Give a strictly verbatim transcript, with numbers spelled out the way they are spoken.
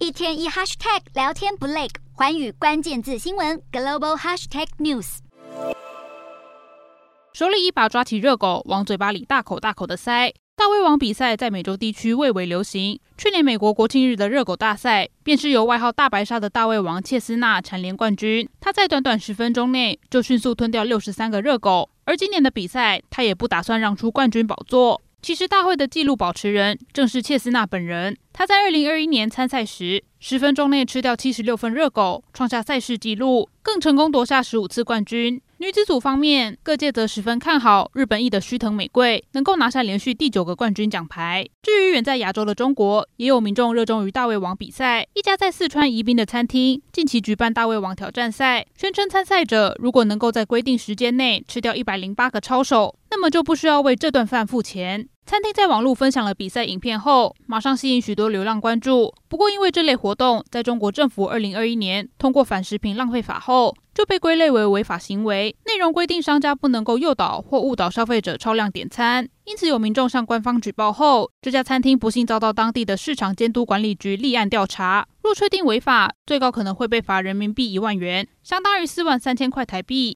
一天一 hashtag 聊天不累，寰宇关键字新闻 global hashtag news。 手里一把抓起热狗，往嘴巴里大口大口的塞。大胃王比赛在美洲地区蔚为流行。去年美国国庆日的热狗大赛，便是由外号大白鲨的大胃王切斯纳蝉联冠军。他在短短十分钟内就迅速吞掉六十三个热狗。而今年的比赛，他也不打算让出冠军宝座。其实大会的纪录保持人正是切斯纳本人。他在二零二一年参赛时，十分钟内吃掉七十六份热狗，创下赛事纪录，更成功夺下十五次冠军。女子组方面，各界则十分看好日本裔的须藤美贵能够拿下连续第九个冠军奖牌。至于远在亚洲的中国，也有民众热衷于大胃王比赛。一家在四川宜宾的餐厅近期举办大胃王挑战赛，宣称参赛者如果能够在规定时间内吃掉一百零八个抄手，那么就不需要为这顿饭付钱。餐厅在网络分享了比赛影片后，马上吸引许多流量关注。不过因为这类活动在中国政府二零二一年通过反食品浪费法后，就被归类为违法行为，内容规定商家不能够诱导或误导消费者超量点餐。因此有民众向官方举报后，这家餐厅不幸遭到当地的市场监督管理局立案调查。若确定违法，最高可能会被罚人民币一万元，相当于四万三千块台币。